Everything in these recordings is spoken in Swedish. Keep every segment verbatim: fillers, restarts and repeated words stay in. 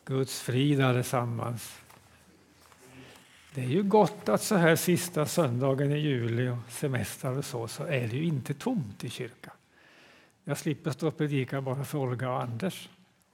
Guds frid allesammans. Det är ju gott att så här sista söndagen i juli och semester och så, så är det ju inte tomt i kyrkan. Jag slipper stå och predika bara för Olga och Anders.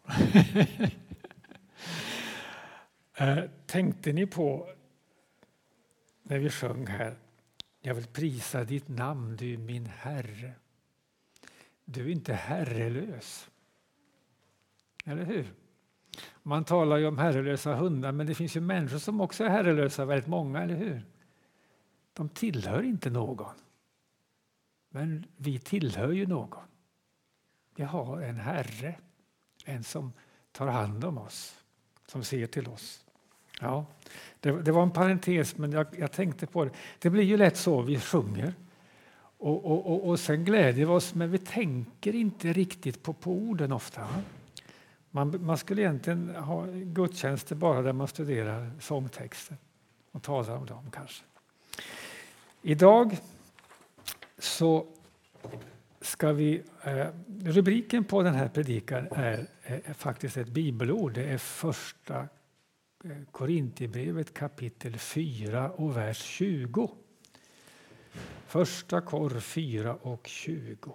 Tänkte ni på när vi sjöng här: jag vill prisa ditt namn, du min Herre. Du är inte herrelös. Eller hur? Man talar ju om herrelösa hundar, men det finns ju människor som också är herrelösa, väldigt många, eller hur? De tillhör inte någon. Men vi tillhör ju någon. Vi har en Herre, en som tar hand om oss, som ser till oss. Ja, det, det var en parentes, men jag, jag tänkte på det. Det blir ju lätt så, vi sjunger och, och, och, och sen glädjer vi oss, men vi tänker inte riktigt på, på orden ofta. Man, man skulle egentligen ha gudstjänster bara där man studerar sångtexter och talar om dem kanske. Idag så ska vi, eh, rubriken på den här predikan är, är faktiskt ett bibelord. Det är första Korintierbrevet kapitel fyra och vers tjugo. Första Kor fyra och tjugo.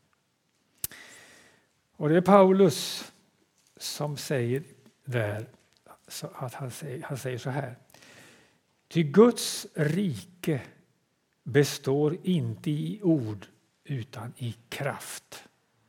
Och det är Paulus som säger där, så att han säger, han säger så här: ty Guds rike består inte i ord utan i kraft.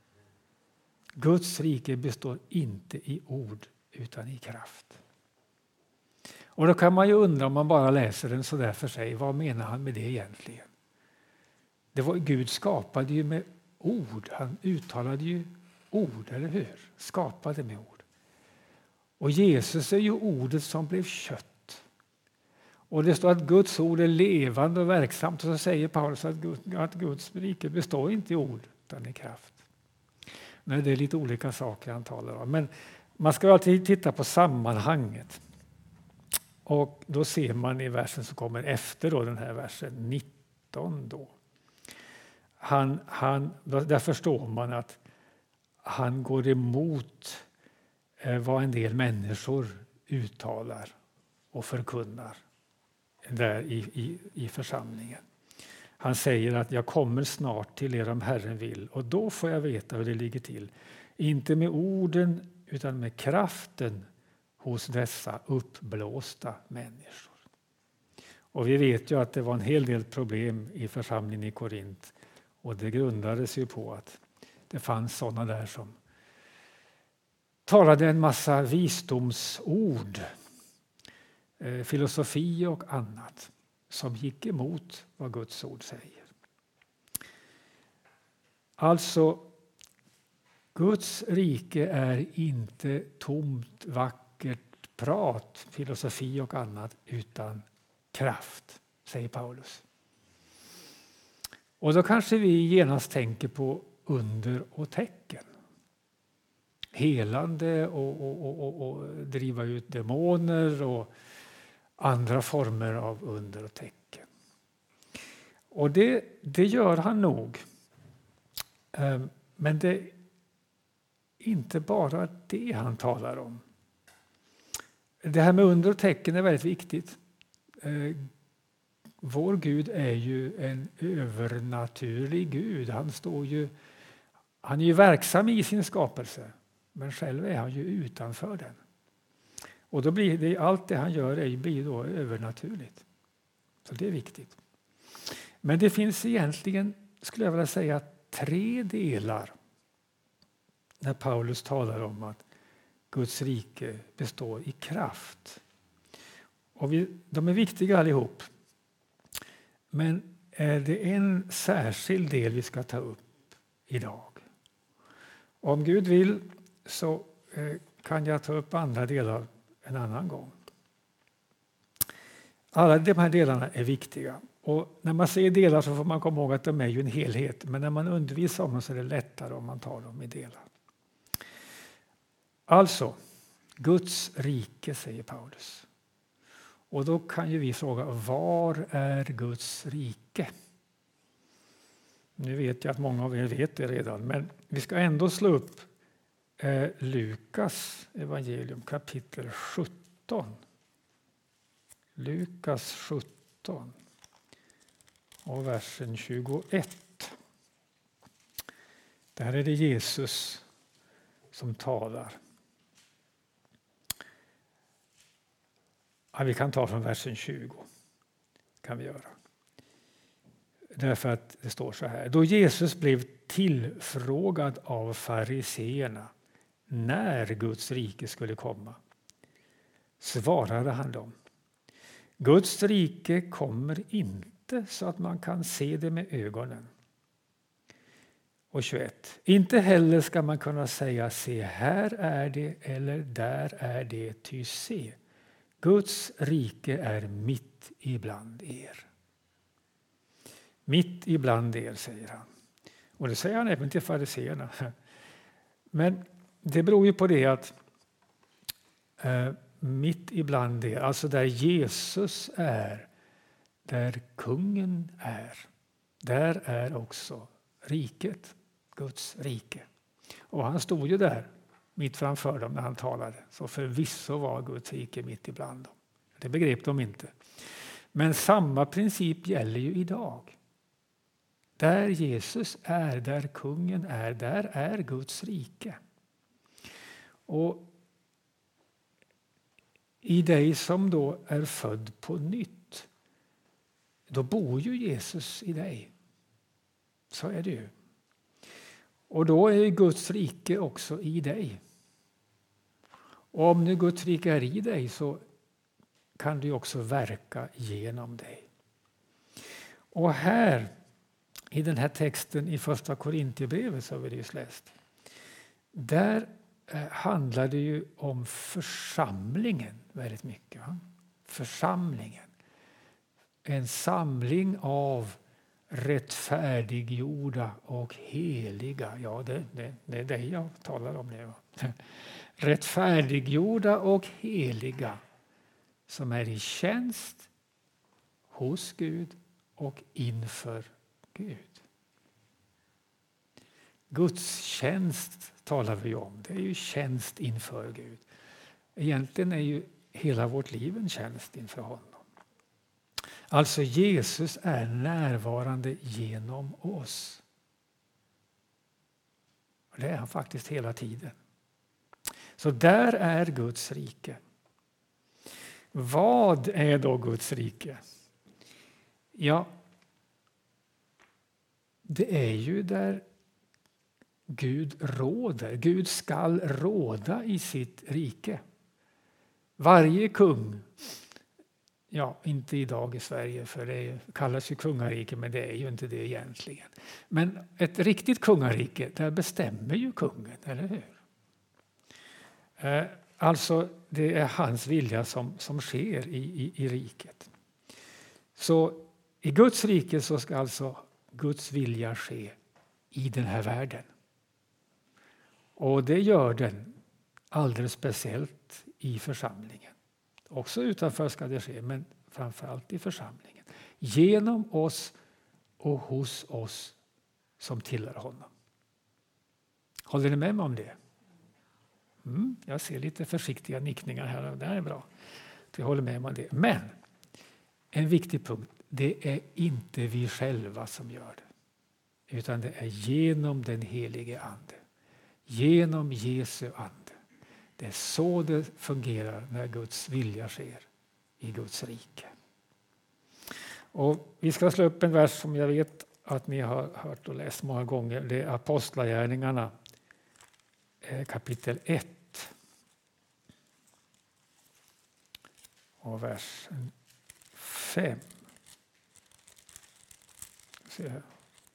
Guds rike består inte i ord utan i kraft. Och då kan man ju undra, om man bara läser den så där för sig, vad menar han med det egentligen? Det var, Gud skapade ju med ord, han uttalade ju ord, eller hur? Skapade med ord. Och Jesus är ju ordet som blev kött. Och det står att Guds ord är levande och verksamt, och så säger Paulus att, Gud, att Guds rike består inte i ord utan i kraft. Men det är lite olika saker han talar om. Men man ska alltid titta på sammanhanget. Och då ser man i versen som kommer efter då, den här versen nitton då. Han, han, där förstår man att han går emot eh, vad en del människor uttalar och förkunnar där i, i, i församlingen. Han säger att jag kommer snart till er om Herren vill, och då får jag veta hur det ligger till. Inte med orden utan med kraften hos dessa uppblåsta människor. Och vi vet ju att det var en hel del problem i församlingen i Korint, och det grundades ju på att det fanns sådana där som talade en massa visdomsord, eh, filosofi och annat som gick emot vad Guds ord säger. Alltså, Guds rike är inte tomt, vackert prat, filosofi och annat, utan kraft, säger Paulus. Och då kanske vi genast tänker på under och tecken. Helande och, och, och, och driva ut demoner och andra former av under och tecken. Och det, det gör han nog. Men det är inte bara det han talar om. Det här med under och tecken är väldigt viktigt. Vår Gud är ju en övernaturlig Gud. Han står ju, han är ju verksam i sin skapelse, men själv är han ju utanför den. Och då blir det, allt det han gör är, blir då övernaturligt. Så det är viktigt. Men det finns egentligen, skulle jag vilja säga, tre delar när Paulus talar om att Guds rike består i kraft. Och vi, de är viktiga allihop. Men är det en särskild del vi ska ta upp idag? Om Gud vill så eh, kan jag ta upp andra delar en annan gång. Alla de här delarna är viktiga. Och när man ser delar så får man komma ihåg att de är ju en helhet. Men när man undervisar om dem så är det lättare om man tar dem i delar. Alltså, Guds rike, säger Paulus. Och då kan ju vi fråga, var är Guds rike? Nu vet jag att många av er vet det redan, men vi ska ändå slå upp eh, Lukas evangelium kapitel sjutton. Lukas sjutton och versen tjugoett. Där är det Jesus som talar. Ja, vi kan ta från versen tjugo. Kan vi göra. Därför att det står så här. Då Jesus blev tillfrågad av fariseerna när Guds rike skulle komma, svarade han dem: Guds rike kommer inte så att man kan se det med ögonen. Och tjugoett. Inte heller ska man kunna säga: se, här är det, eller där är det, ty se, Guds rike är mitt ibland er. Mitt ibland er, säger han. Och det säger han även till fariseerna. Men det beror ju på det att eh, mitt ibland er, alltså där Jesus är, där kungen är, där är också riket, Guds rike. Och han stod ju där mitt framför dem när han talade. Så förvisso var Guds rike mitt ibland dem. Det begrep de inte. Men samma princip gäller ju idag. Där Jesus är, där kungen är, där är Guds rike. Och i dig som då är född på nytt, då bor ju Jesus i dig. Så är det ju. Och då är Guds rike också i dig. Och om nu Guds rike är i dig så kan du också verka genom dig. Och här i den här texten i första Korintierbrevet så har vi just läst. Där handlar det ju om församlingen väldigt mycket. Va? Församlingen. En samling av rättfärdiggjorda och heliga. Ja, det, det, det är det jag talar om nu. Rättfärdiggjorda och heliga som är i tjänst hos Gud och inför Gud. Guds tjänst talar vi om. Det är ju tjänst inför Gud. Egentligen är ju hela vårt liv en tjänst inför honom. Alltså Jesus är närvarande genom oss. Och det är han faktiskt hela tiden. Så där är Guds rike. Vad är då Guds rike? Ja, det är ju där Gud råder. Gud skall råda i sitt rike. Varje kung, ja inte idag i Sverige för det kallas ju kungarike, men det är ju inte det egentligen. Men ett riktigt kungarike, där bestämmer ju kungen, eller hur? Alltså det är hans vilja som, som sker i, i, i riket. Så i Guds rike så ska alltså Guds vilja ske i den här världen. Och det gör den alldeles speciellt i församlingen. Också utanför ska det ske, men framförallt i församlingen. Genom oss och hos oss som tillhör honom. Håller ni med mig om det? Mm, jag ser lite försiktiga nickningar här. Det är bra. Jag håller med om det. Men en viktig punkt. Det är inte vi själva som gör det. Utan det är genom den helige ande. Genom Jesu ande. Det är så det fungerar när Guds vilja sker i Guds rike. Och vi ska slå upp en vers som jag vet att ni har hört och läst många gånger. Det är Apostlagärningarna kapitel ett. Och vers fem. Se här.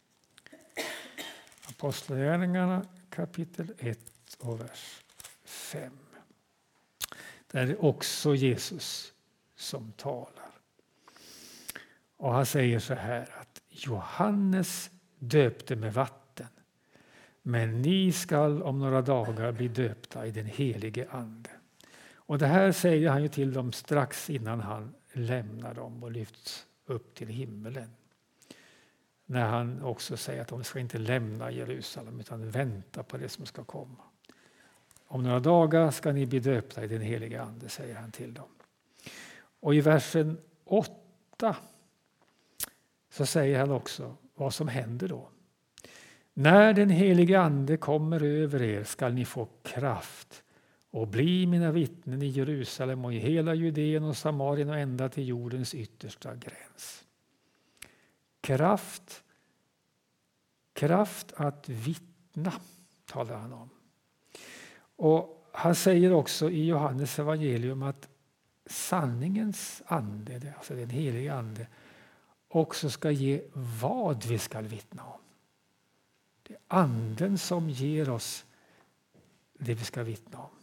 Apostlagärningarna kapitel ett och vers fem. Där är det också Jesus som talar. Och han säger så här att Johannes döpte med vatten, men ni skall om några dagar bli döpta i den helige ande. Och det här säger han ju till dem strax innan han lämnar dem och lyfts upp till himmelen. När han också säger att de ska inte lämna Jerusalem utan vänta på det som ska komma. Om några dagar ska ni bli döpta i den heliga ande, säger han till dem. Och i versen åtta så säger han också vad som händer då. När den heliga ande kommer över er skall ni få kraft och bli mina vittnen i Jerusalem och i hela Judeen och Samarien och ända till jordens yttersta gräns. Kraft, kraft att vittna talar han om. Och han säger också i Johannes evangelium att sanningens ande, alltså den heliga ande, också ska ge vad vi ska vittna om. Det är anden som ger oss det vi ska vittna om.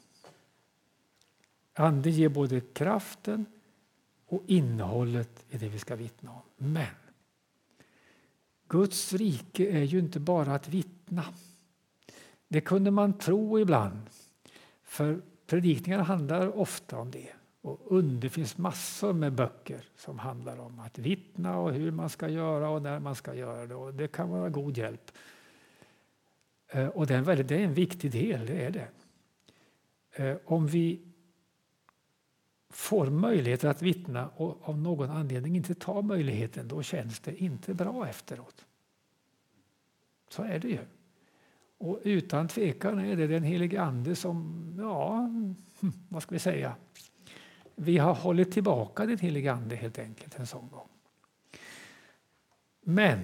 Anden ger både kraften och innehållet i det vi ska vittna om. Men Guds rike är ju inte bara att vittna. Det kunde man tro ibland. För predikningar handlar ofta om det. Och det finns massor med böcker som handlar om att vittna och hur man ska göra och när man ska göra det. Och det kan vara god hjälp. Och det är en, väldigt, det är en viktig del, det är det. Om vi får möjligheter att vittna och av någon anledning inte tar möjligheten, då känns det inte bra efteråt. Så är det ju. Och utan tvekan är det den helige ande som, ja, vad ska vi säga? Vi har hållit tillbaka den helige ande helt enkelt en sån gång. Men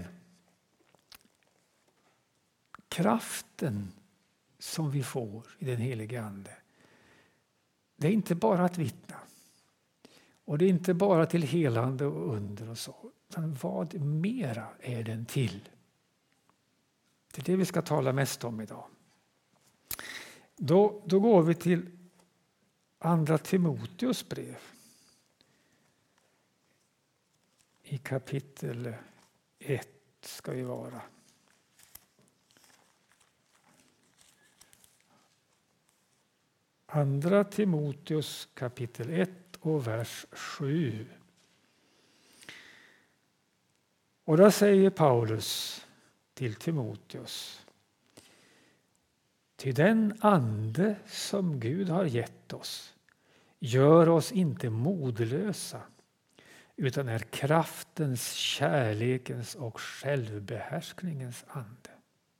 kraften som vi får i den helige ande, det är inte bara att vittna. Och det är inte bara till helande och under och så. Utan vad mera är den till? Det är det vi ska tala mest om idag. Då, då går vi till andra Timoteus brev. I kapitel ett ska vi vara. Andra Timoteus kapitel ett och vers sju. Och där säger Paulus till Timoteus: ty den ande som Gud har gett oss gör oss inte modlösa, utan är kraftens, kärlekens och självbehärskningens ande.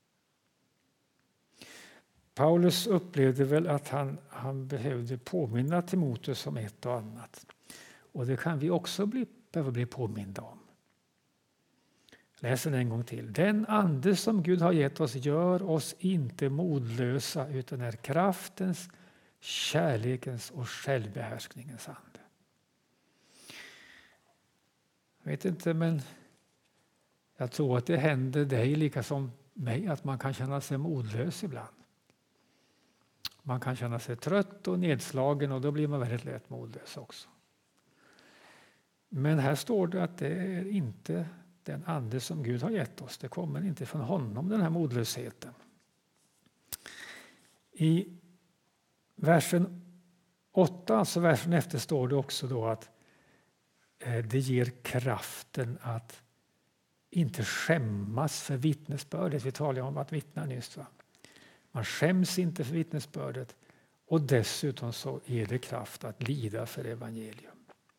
Paulus upplevde väl att han, han behövde påminna Timoteus om ett och annat. Och det kan vi också bli, behöva bli påminda om. Läs den en gång till. Den ande som Gud har gett oss gör oss inte modlösa, utan är kraftens, kärlekens och självbehärskningens ande. Jag vet inte, men jag tror att det händer dig lika som mig att man kan känna sig modlös ibland. Man kan känna sig trött och nedslagen och då blir man väldigt lätt modlös också. Men här står det att det är inte den ande som Gud har gett oss. Det kommer inte från honom, den här modlösheten. I versen åtta, alltså versen efter, står det också då att det ger kraften att inte skämmas för vittnesbördet. Vi talade om att vittna nyss, va? Man skäms inte för vittnesbördet och dessutom så ger det kraft att lida för evangelium.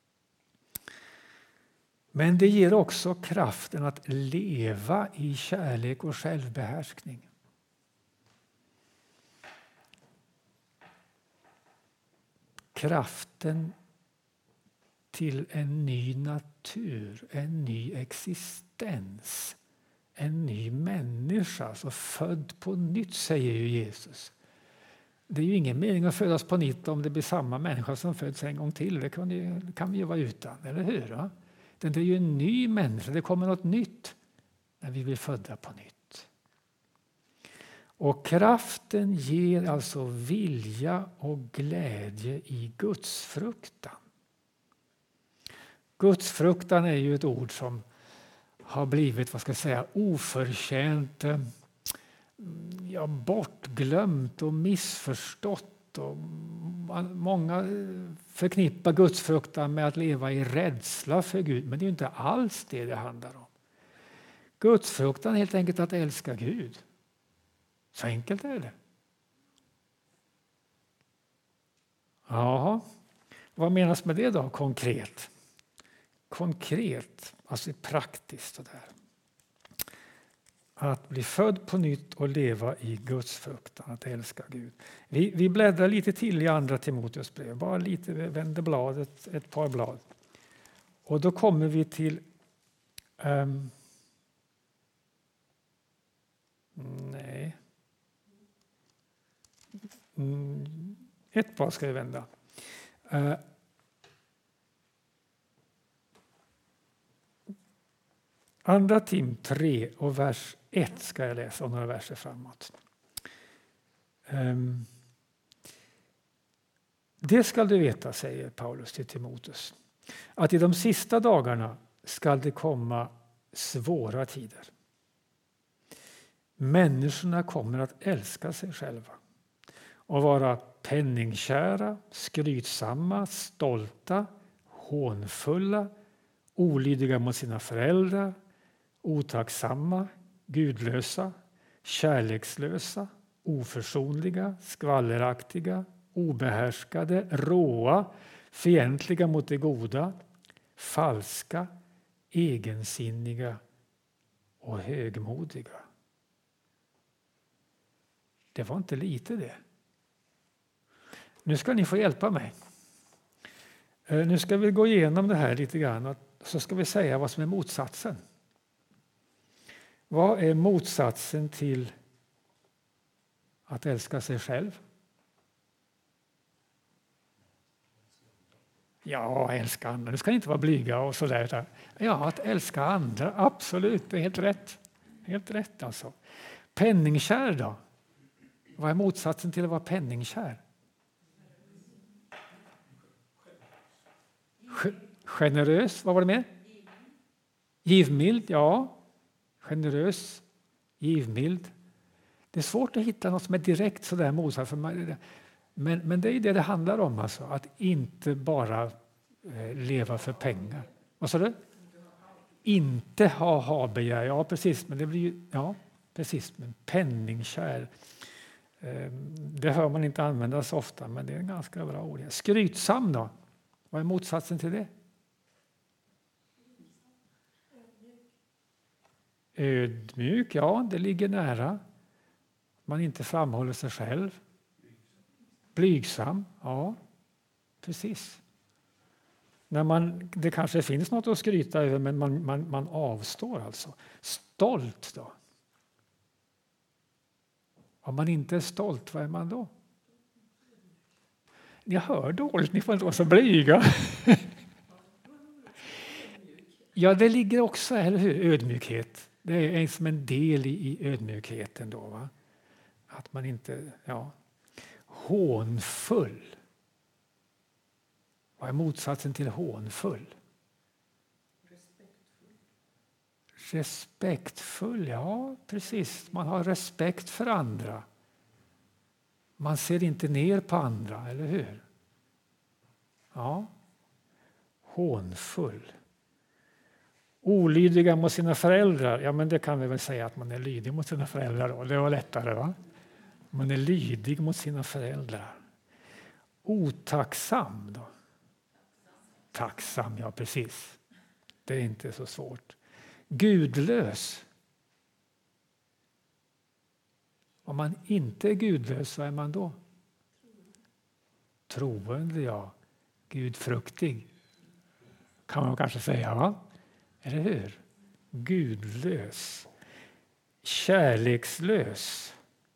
Men det ger också kraften att leva i kärlek och självbehärskning. Kraften till en ny natur, en ny existens. En ny människa, alltså född på nytt, säger ju Jesus. Det är ju ingen mening att födas på nytt om det blir samma människa som föds en gång till. Det kan, ju, det kan vi ju vara utan, eller hur? Va? Det är ju en ny människa, det kommer något nytt när vi blir födda på nytt. Och kraften ger alltså vilja och glädje i Guds fruktan. Guds fruktan är ju ett ord som har blivit, vad ska jag säga, oförtjänt, ja, bortglömt och missförstått. Och många förknippar Guds fruktan med att leva i rädsla för Gud, men det är ju inte alls det det handlar om. Guds fruktan är helt enkelt att älska Gud. Så enkelt är det. Ja, vad menas med det då konkret? Konkret, alltså praktiskt sådär. Att bli född på nytt och leva i Guds fruktan, att älska Gud. Vi, vi bläddrar lite till i andra Timoteus brev, bara lite, vänder bladet, ett par blad. Och då kommer vi till um, nej. Mm, ett par ska vi vända. Uh, Andra Tim tre och vers ett ska jag läsa och några verser framåt. Um, det ska du veta, säger Paulus till Timoteus, att i de sista dagarna ska det komma svåra tider. Människorna kommer att älska sig själva och vara penningkära, skrytsamma, stolta, hånfulla, olydiga mot sina föräldrar, otacksamma, gudlösa, kärlekslösa, oförsonliga, skvalleraktiga, obehärskade, råa, fientliga mot det goda, falska, egensinniga och högmodiga. Det var inte lite det. Nu ska ni få hjälpa mig. Nu ska vi gå igenom det här lite grann och så ska vi säga vad som är motsatsen. Vad är motsatsen till att älska sig själv? Ja, älska andra. Nu ska ni inte vara blyga och sådär. Ja, att älska andra, absolut, det är helt rätt. Helt rätt alltså. Penningkär då? Vad är motsatsen till att vara penningkär? Generös, vad var det med? Givmild, ja. Generös, givmild. Det är svårt att hitta något som är direkt sådär motsats. Men, men det är det det handlar om, alltså. Att inte bara eh, leva för pengar. Vad sa du? Inte ha ha-begär, ja precis. Men det blir ju, ja precis, men penningkär. Eh, det hör man inte användas ofta, men det är en ganska bra ord. Skrytsam då? Vad är motsatsen till det? Ödmjuk, ja, det ligger nära. Man inte framhåller sig själv. Blygsam, ja, precis. När man, det kanske finns något att skryta över, men man, man, man avstår alltså. Stolt då? Om man inte är stolt, vad är man då? Jag hör dåligt, ni får inte vara så blyga. Ja, det ligger också, eller hur? Ödmjukhet. Det är som en del i, i ödmjukheten då, va? Att man inte, ja. Hånfull. Vad är motsatsen till hånfull? Respektfull. Respektfull, ja precis. Man har respekt för andra. Man ser inte ner på andra, eller hur? Ja. Hånfull. Olydiga mot sina föräldrar, ja men det kan vi väl säga att man är lydig mot sina föräldrar då. Det var lättare, va? Man är lydig mot sina föräldrar. Otacksam då? Tacksam, ja precis. Det är inte så svårt. Gudlös. Om man inte är gudlös, vad är man då? Troende, ja. Gudfruktig. Kan man kanske säga, va? Eller hur? Gudlös. Kärlekslös.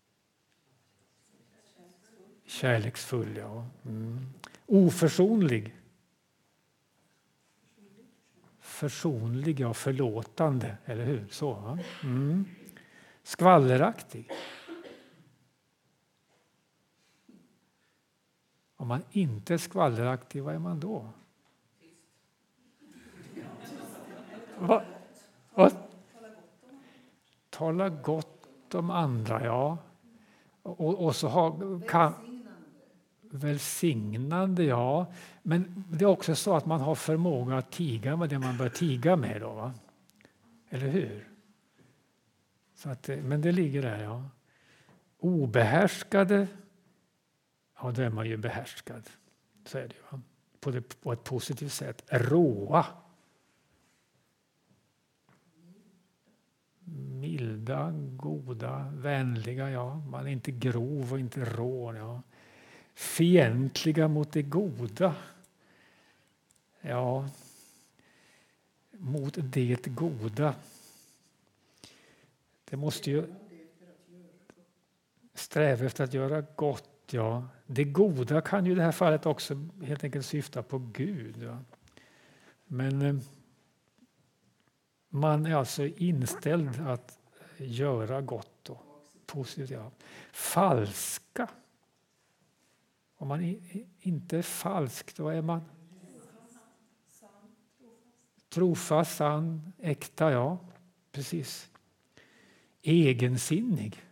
Kärleksfull, ja. Mm. Oförsonlig. Försonlig, ja. Förlåtande, eller hur? Så, va? Mm. Skvalleraktig. Om man inte är skvalleraktig, vad är man då? Vad? Vad? Tala gott om andra, ja. Och, och så har... Kan, välsignande, ja. Men det är också så att man har förmåga att tiga med det man bör tiga med då, va? Eller hur? Så att, men det ligger där, ja. Obehärskade, ja då är man ju behärskad. Så är det, va? På, det, på ett positivt sätt. Råa. Milda, goda, vänliga, ja. Man är inte grov och inte rå, ja. Fientliga mot det goda. Ja. Mot det goda. Det måste ju sträva efter att göra gott, ja. Det goda kan ju i det här fallet också helt enkelt syfta på Gud. Ja. Men eh, man är alltså inställd att göra gott och positivt. Ja. Falska. Om man i, inte är falsk, då är man trofast, sann, äkta, ja. Precis. Egensinnig.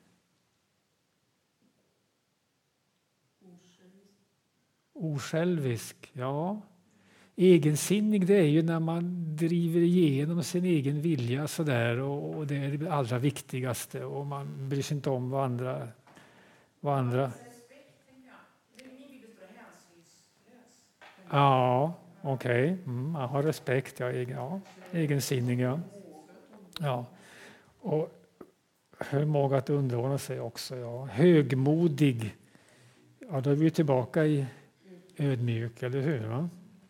Osjälvisk, ja. Egensinnig, det är ju när man driver igenom sin egen vilja så där, och, och det är det allra viktigaste, och man bryr sig inte om vad andra vad andra Ja, okej. Okay. Mm, man har respekt, ja, egen, ja. Egensinnig, ja. Ja. Och förmåga att underordna sig också, ja. Högmodig. Ja, då är vi tillbaka i ödmjuk, eller hur? Va?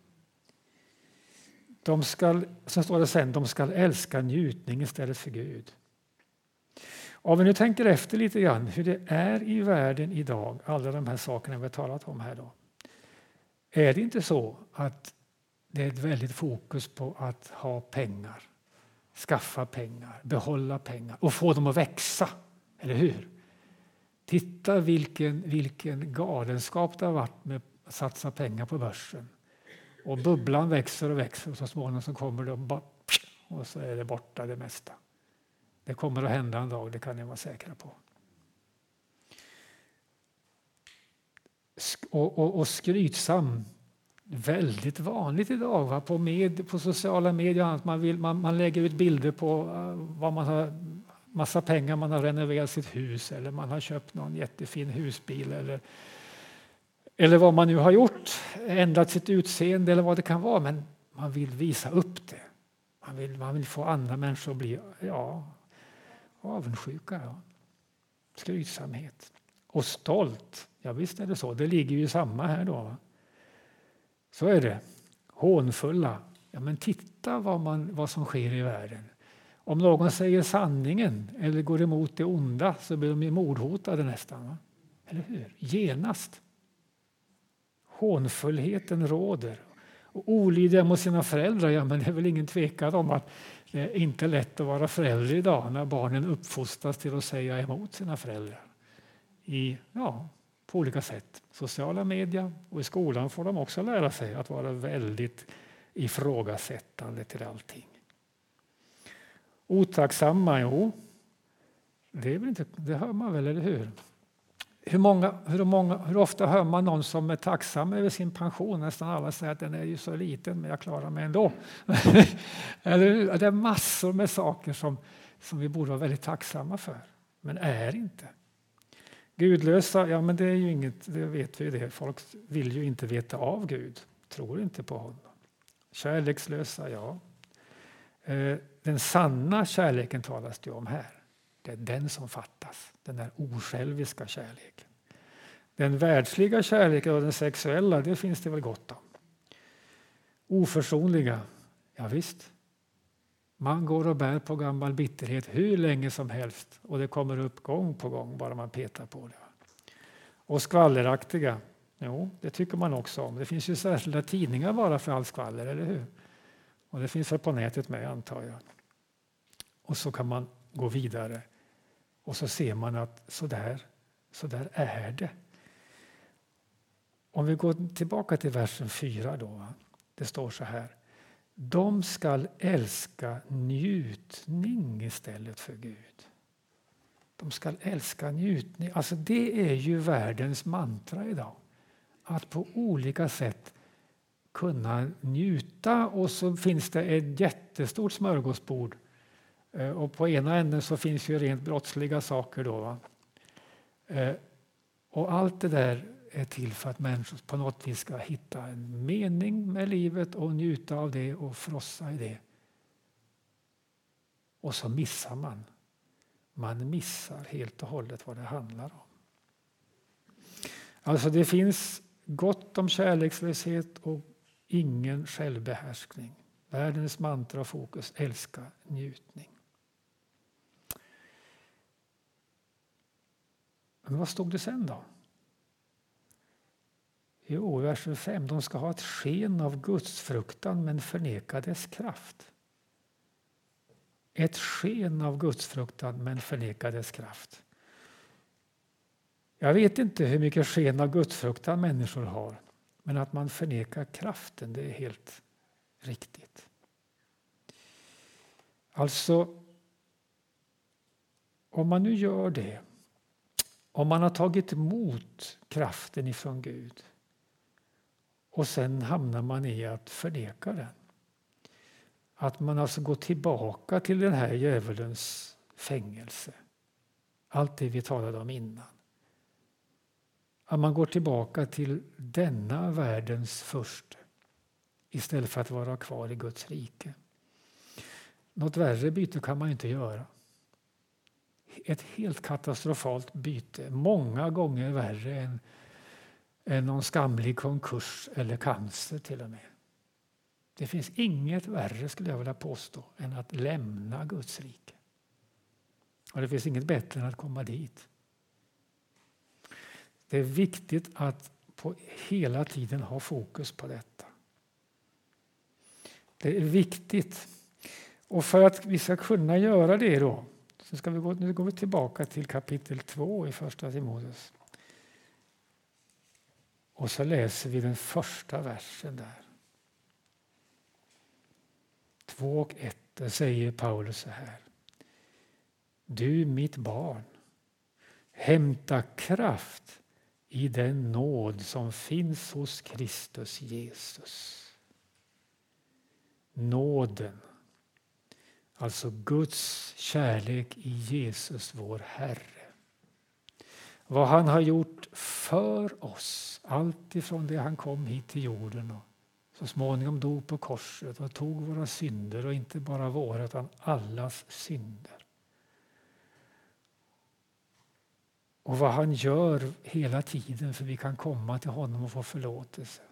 De ska, så står det sen, de ska älska njutning istället för Gud. Om vi nu tänker efter lite grann hur det är i världen idag, alla de här sakerna vi har talat om här då. Är det inte så att det är ett väldigt fokus på att ha pengar, skaffa pengar, behålla pengar och få dem att växa, eller hur? Titta vilken, vilken galenskap det har varit med att satsa pengar på börsen. Och bubblan växer och växer och så småningom så kommer det och, bara, och så är det borta det mesta. Det kommer att hända en dag, det kan ni vara säkra på. Och, och, och skrytsam, väldigt vanligt idag, va? På, med, på sociala medier. Man, vill, man, man lägger ut bilder på uh, vad man har, massa pengar, man har renoverat sitt hus eller man har köpt någon jättefin husbil eller, eller vad man nu har gjort, ändrat sitt utseende eller vad det kan vara, men man vill visa upp det. Man vill, man vill få andra människor att bli ja, avundsjuka. Ja. Skrytsamhet. Och stolt. Ja, visst är det så. Det ligger ju samma här då. Va? Så är det. Hånfulla. Ja, men titta vad, man, vad som sker i världen. Om någon säger sanningen eller går emot det onda så blir de ju mordhotade nästan. Va? Eller hur? Genast. Hånfullheten råder. Och olydiga mot sina föräldrar, ja, men det är väl ingen tvekan om att det är inte lätt att vara förälder idag när barnen uppfostras till att säga emot sina föräldrar. I, ja, på olika sätt. Sociala medier och i skolan får de också lära sig att vara väldigt ifrågasättande till allting. Otacksamma, jo. Det, är väl inte, det hör man väl, eller hur? Hur, många, hur, många, hur ofta hör man någon som är tacksam över sin pension? Nästan alla säger att den är ju så liten, men jag klarar mig ändå. Eller, det är massor med saker som, som vi borde vara väldigt tacksamma för, men är inte. Gudlösa, ja men det är ju inget, det vet vi ju det. Folk vill ju inte veta av Gud, tror inte på honom. Kärlekslösa, ja. Den sanna kärleken talas det om här. Det är den som fattas, den där osjälviska kärleken. Den världsliga kärleken och den sexuella, det finns det väl gott om. Oförsonliga, ja visst. Man går och bär på gammal bitterhet hur länge som helst och det kommer upp gång på gång bara man petar på det. Och skvalleraktiga, jo, det tycker man också om. Det finns ju särskilda tidningar bara för all skvaller, eller hur? Och det finns väl på nätet med, antar jag. Och så kan man gå vidare och så ser man att så där, så där är det. Om vi går tillbaka till versen fyra då, det står så här. De ska älska njutning istället för Gud. De ska älska njutning. Alltså det är ju världens mantra idag. Att på olika sätt kunna njuta, och så finns det ett jättestort smörgåsbord. Och på ena änden så finns ju rent brottsliga saker då. Va? Och allt det där är till för att människor på något vis ska hitta en mening med livet och njuta av det och frossa i det. Och så missar man. Man missar helt och hållet vad det handlar om. Alltså det finns gott om kärlekslöshet och ingen självbehärskning. Världens mantra och fokus, älska, njutning. Men vad stod det sen då? Jo, vers fem. De ska ha ett sken av Guds fruktan men förneka dess kraft. Ett sken av Guds fruktan men förneka dess kraft. Jag vet inte hur mycket sken av Guds fruktan människor har. Men att man förnekar kraften, det är helt riktigt. Alltså, om man nu gör det, om man har tagit emot kraften ifrån Gud och sen hamnar man i att förneka den. Att man alltså går tillbaka till den här djävulens fängelse. Allt det vi talade om innan. Att man går tillbaka till denna världens första istället för att vara kvar i Guds rike. Något värre byte kan man inte göra. Ett helt katastrofalt byte, många gånger värre än, än någon skamlig konkurs eller cancer till och med. Det finns inget värre, skulle jag vilja påstå, än att lämna Guds rike. Och det finns inget bättre än att komma dit. Det är viktigt att på hela tiden ha fokus på detta. Det är viktigt. Och för att vi ska kunna göra det då, så ska vi gå, nu går vi tillbaka till kapitel två i första Timoteus. Och så läser vi den första versen där. två och ett, där säger Paulus så här. Du mitt barn, hämta kraft i den nåd som finns hos Kristus Jesus. Nåden, alltså Guds kärlek i Jesus vår Herre. Vad han har gjort för oss, allt ifrån det han kom hit till jorden och så småningom dog på korset och tog våra synder, och inte bara våra utan allas synder. Och vad han gör hela tiden för vi kan komma till honom och få förlåtelse.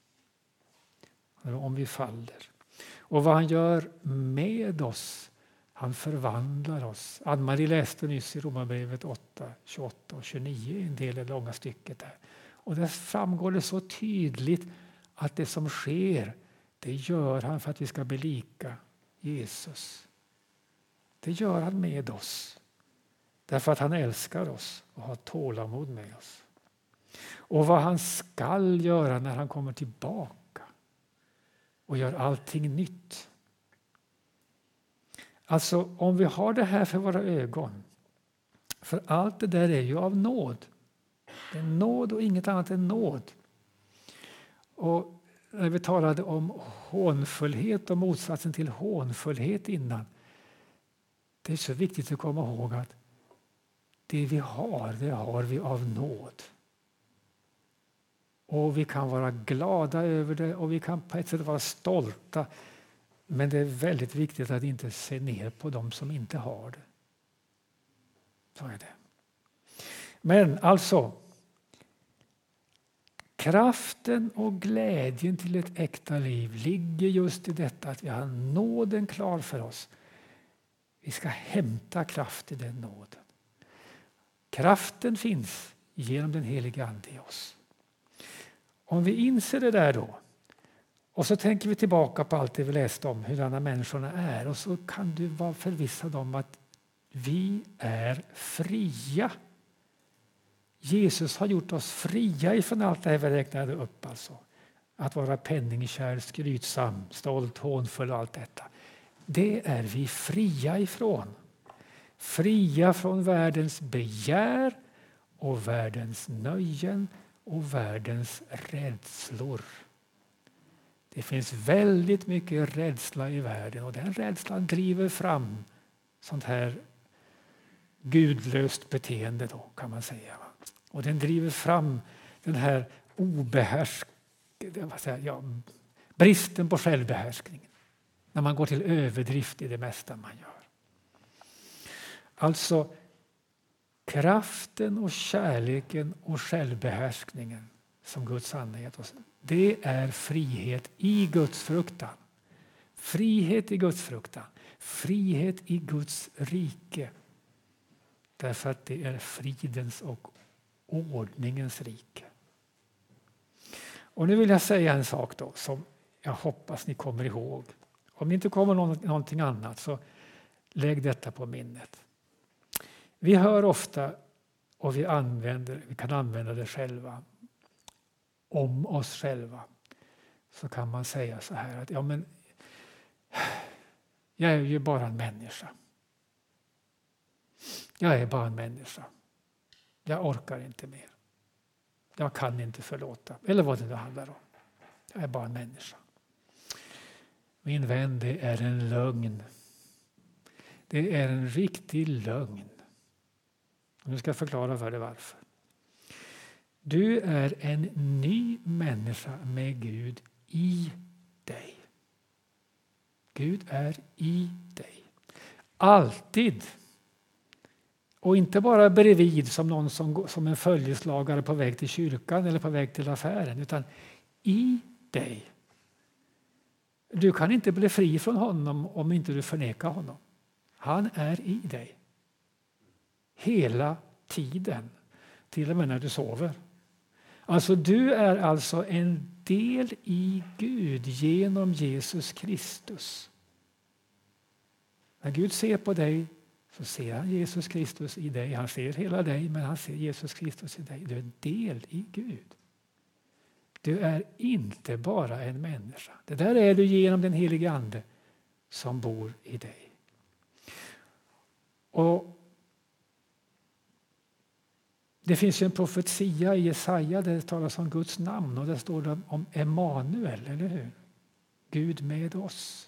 Om vi faller. Och vad han gör med oss. Han förvandlar oss. Ann-Marie läste nyss i Romarbrevet åtta, tjugoåtta och tjugonio, en del i det långa stycket där. Och där framgår det så tydligt att det som sker, det gör han för att vi ska bli lika Jesus. Det gör han med oss. Därför att han älskar oss och har tålamod med oss. Och vad han skall göra när han kommer tillbaka och gör allting nytt. Alltså om vi har det här för våra ögon. För allt det där är ju av nåd. Det är nåd och inget annat än nåd. Och när vi talade om hånfullhet och motsatsen till hånfullhet innan. Det är så viktigt att komma ihåg att det vi har, det har vi av nåd. Och vi kan vara glada över det och vi kan på ett sätt vara stolta. Men det är väldigt viktigt att inte se ner på dem som inte har det. Så är det. Men alltså, kraften och glädjen till ett äkta liv ligger just i detta att vi har nåden klar för oss. Vi ska hämta kraft i den nåden. Kraften finns genom den heliga Ande i oss. Om vi inser det där då, och så tänker vi tillbaka på allt det vi läste om hur andra människorna är, och så kan du vara förvissad om att vi är fria. Jesus har gjort oss fria ifrån allt det här vi räknade upp. Alltså. Att vara penningkär, skrytsam, stolt, hånfull och allt detta. Det är vi fria ifrån. Fria från världens begär och världens nöjen och världens rädslor. Det finns väldigt mycket rädsla i världen och den rädslan driver fram sånt här gudlöst beteende då, kan man säga. Och den driver fram den här obehärsk, vad säger jag, bristen på självbehärskning. När man går till överdrift i det mesta man gör. Alltså kraften och kärleken och självbehärskningen som Guds ande gett oss. Det är frihet i Guds fruktan. Frihet i Guds fruktan. Frihet i Guds rike. Därför att det är fridens och ordningens rike. Och nu vill jag säga en sak då som jag hoppas ni kommer ihåg. Om ni inte kommer någonting annat så lägg detta på minnet. Vi hör ofta och vi, använder, vi kan använda det själva. Om oss själva. Så kan man säga så här att ja, men jag är ju bara en människa. Jag är bara en människa. Jag orkar inte mer. Jag kan inte förlåta. Eller vad det nu handlar om. Jag är bara en människa. Min vän, det är en lögn. Det är en riktig lögn. Nu ska jag förklara för dig varför. Du är en ny människa med Gud i dig. Gud är i dig. Alltid. Och inte bara bredvid som någon som, som en följeslagare på väg till kyrkan eller på väg till affären. Utan i dig. Du kan inte bli fri från honom om inte du förnekar honom. Han är i dig. Hela tiden. Till och med när du sover. Alltså du är alltså en del i Gud genom Jesus Kristus. När Gud ser på dig så ser han Jesus Kristus i dig. Han ser hela dig men han ser Jesus Kristus i dig. Du är en del i Gud. Du är inte bara en människa. Det där är du genom den helige Ande som bor i dig. Och det finns en profetia i Jesaja där det talas om Guds namn och där står det om Emanuel, eller hur? Gud med oss.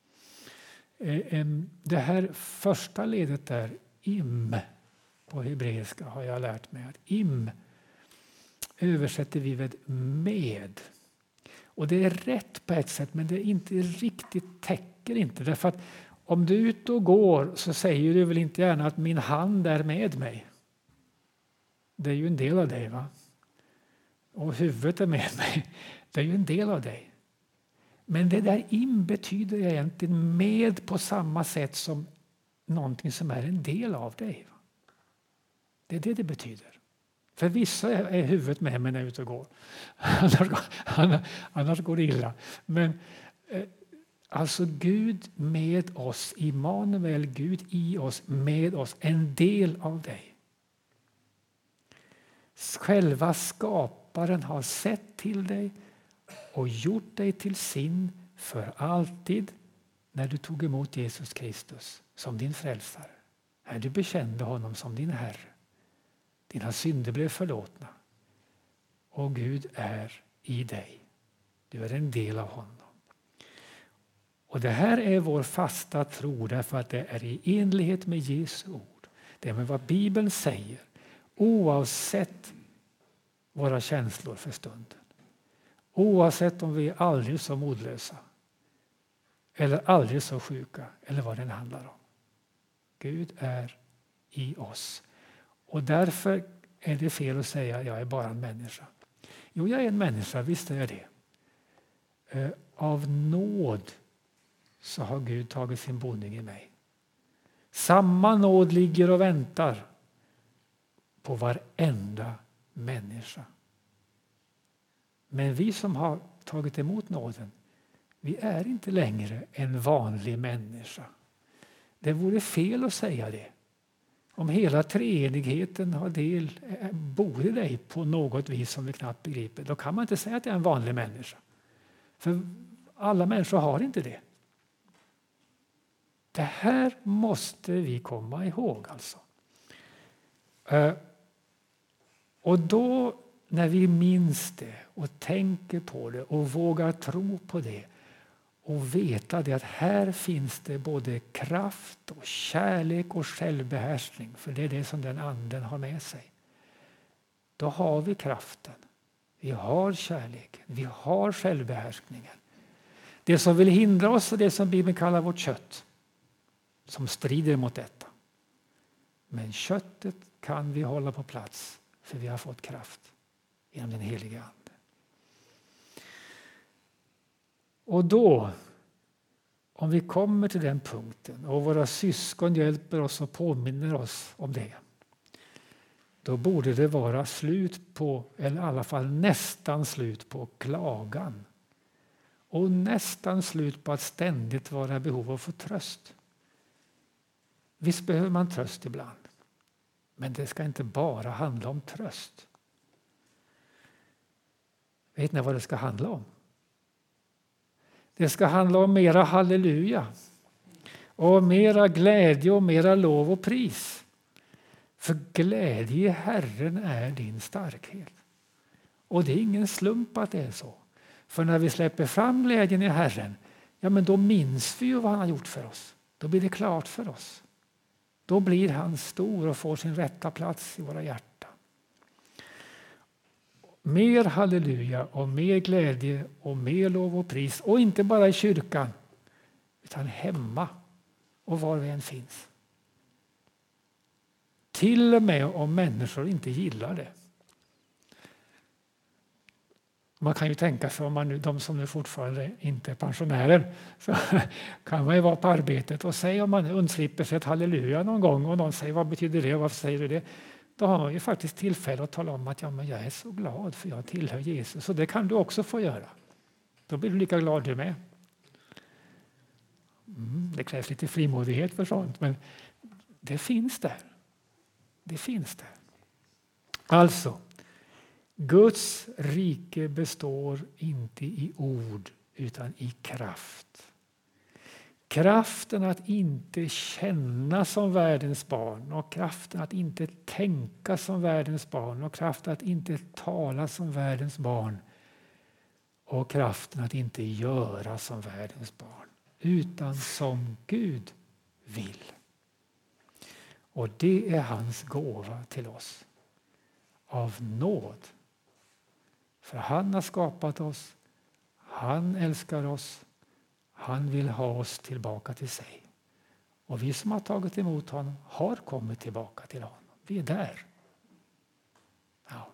Det här första ledet där, im, på hebreiska har jag lärt mig att im översätter vi med med. Och det är rätt på ett sätt men det är inte riktigt, täcker inte. Därför att om du är ute och går så säger du väl inte gärna att min hand är med mig. Det är ju en del av dig, va? Och huvudet är med mig. Det är ju en del av dig. Men det där in betyder egentligen med på samma sätt som någonting som är en del av dig. Va? Det är det det betyder. För vissa är huvudet med mig när jag är ute och går. Annars, annars går det illa. Men eh, alltså Gud med oss, Immanuel, Gud i oss, med oss, en del av dig. Själva skaparen har sett till dig och gjort dig till sin för alltid när du tog emot Jesus Kristus som din frälsare. När du bekände honom som din Herre. Dina synder blev förlåtna. Och Gud är i dig. Du är en del av honom. Och det här är vår fasta tro därför att det är i enlighet med Jesu ord. Det är med vad Bibeln säger. Oavsett våra känslor för stunden. Oavsett om vi är aldrig så modlösa. Eller aldrig så sjuka. Eller vad det handlar om. Gud är i oss. Och därför är det fel att säga att jag är bara en människa. Jo, jag är en människa, visst är jag det. Av nåd så har Gud tagit sin boning i mig. Samma nåd ligger och väntar på varenda människa. Men vi som har tagit emot nåden, vi är inte längre en vanlig människa. Det vore fel att säga det. Om hela treenigheten har del, bor i dig på något vis som vi knappt begriper, då kan man inte säga att det är en vanlig människa. För alla människor har inte det. Det här måste vi komma ihåg alltså. Och då när vi minns det och tänker på det och vågar tro på det och veta det att här finns det både kraft och kärlek och självbehärskning, för det är det som den anden har med sig. Då har vi kraften Vi har kärleken. Vi har självbehärskningen. Det som vill hindra oss är det som Bibeln kallar vårt kött. Som strider mot detta. Men köttet kan vi hålla på plats. För vi har fått kraft genom den heliga Ande. Och då, om vi kommer till den punkten och våra syskon hjälper oss och påminner oss om det. Då borde det vara slut på, eller i alla fall nästan slut på klagan. Och nästan slut på att ständigt vara i behov av att få tröst. Visst behöver man tröst ibland. Men det ska inte bara handla om tröst. Vet ni vad det ska handla om? Det ska handla om mera halleluja. Och mera glädje och mera lov och pris. För glädje i Herren är din starkhet. Och det är ingen slump att det är så. För när vi släpper fram glädjen i Herren, ja men då minns vi ju vad han har gjort för oss. Då blir det klart för oss. Då blir han stor och får sin rätta plats i våra hjärtan. Mer halleluja och mer glädje och mer lov och pris. Och inte bara i kyrkan, utan hemma och var vi än finns. Till och med om människor inte gillar det. Man kan ju tänka sig, om man nu, de som nu fortfarande inte är pensionärer, så kan man ju vara på arbetet och säga, om man undslipper sig ett halleluja någon gång och någon säger vad betyder det och varför säger du det? Då har man ju faktiskt tillfälle att tala om att ja, men jag är så glad för jag tillhör Jesus. Så det kan du också få göra. Då blir du lika glad du med. Mm, det krävs lite frimodighet för sånt, men det finns där. Det finns där. Alltså, Guds rike består inte i ord utan i kraft. Kraften att inte känna som världens barn och kraften att inte tänka som världens barn och kraften att inte tala som världens barn och kraften att inte göra som världens barn utan som Gud vill. Och det är hans gåva till oss av nåd. För han har skapat oss, han älskar oss, han vill ha oss tillbaka till sig. Och vi som har tagit emot honom har kommit tillbaka till honom. Vi är där. Ja.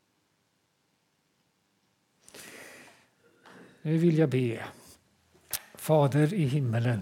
Nu vill jag be. Fader i himmelen.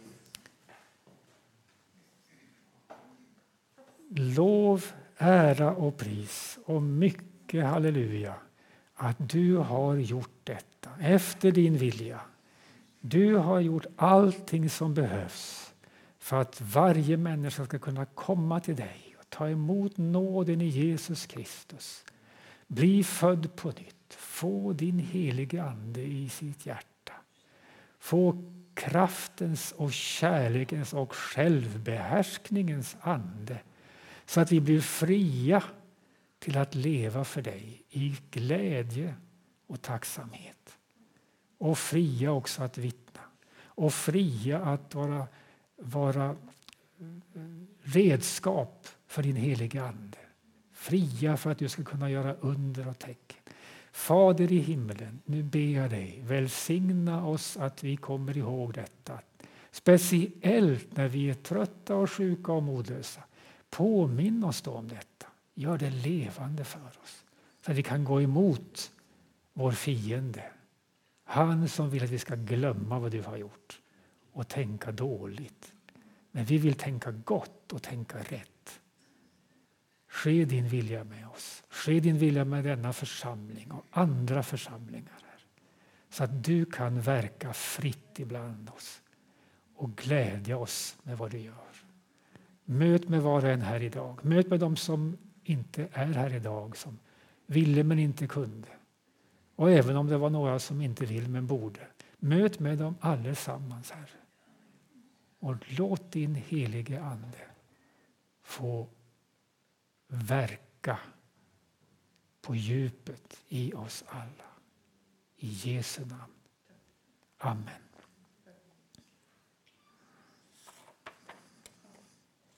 Lov, ära och pris och mycket halleluja att du har gjort detta efter din vilja. Du har gjort allting som behövs för att varje människa ska kunna komma till dig och ta emot nåden i Jesus Kristus. Bli född på nytt. Få din helige ande i sitt hjärta. Få kraftens och kärlekens och självbehärskningens ande så att vi blir fria till att leva för dig i glädje och tacksamhet. Och fria också att vittna. Och fria att vara, vara redskap för din heliga ande. Fria för att du ska kunna göra under och tecken. Fader i himmelen, nu ber jag dig, välsigna oss att vi kommer ihåg detta. Speciellt när vi är trötta och sjuka och modlösa. Påminn oss då om detta. Gör det levande för oss. Så att vi kan gå emot vår fiende. Han som vill att vi ska glömma vad du har gjort. Och tänka dåligt. Men vi vill tänka gott och tänka rätt. Ske din vilja med oss. Ske din vilja med denna församling och andra församlingar här. Så att du kan verka fritt ibland oss. Och glädja oss med vad du gör. Möt med var och en här idag. Möt med dem som inte är här idag. Som ville men inte kunde. Och även om det var några som inte vill men borde. Möt med dem allesammans här. Och låt din helige ande få verka på djupet i oss alla. I Jesu namn. Amen.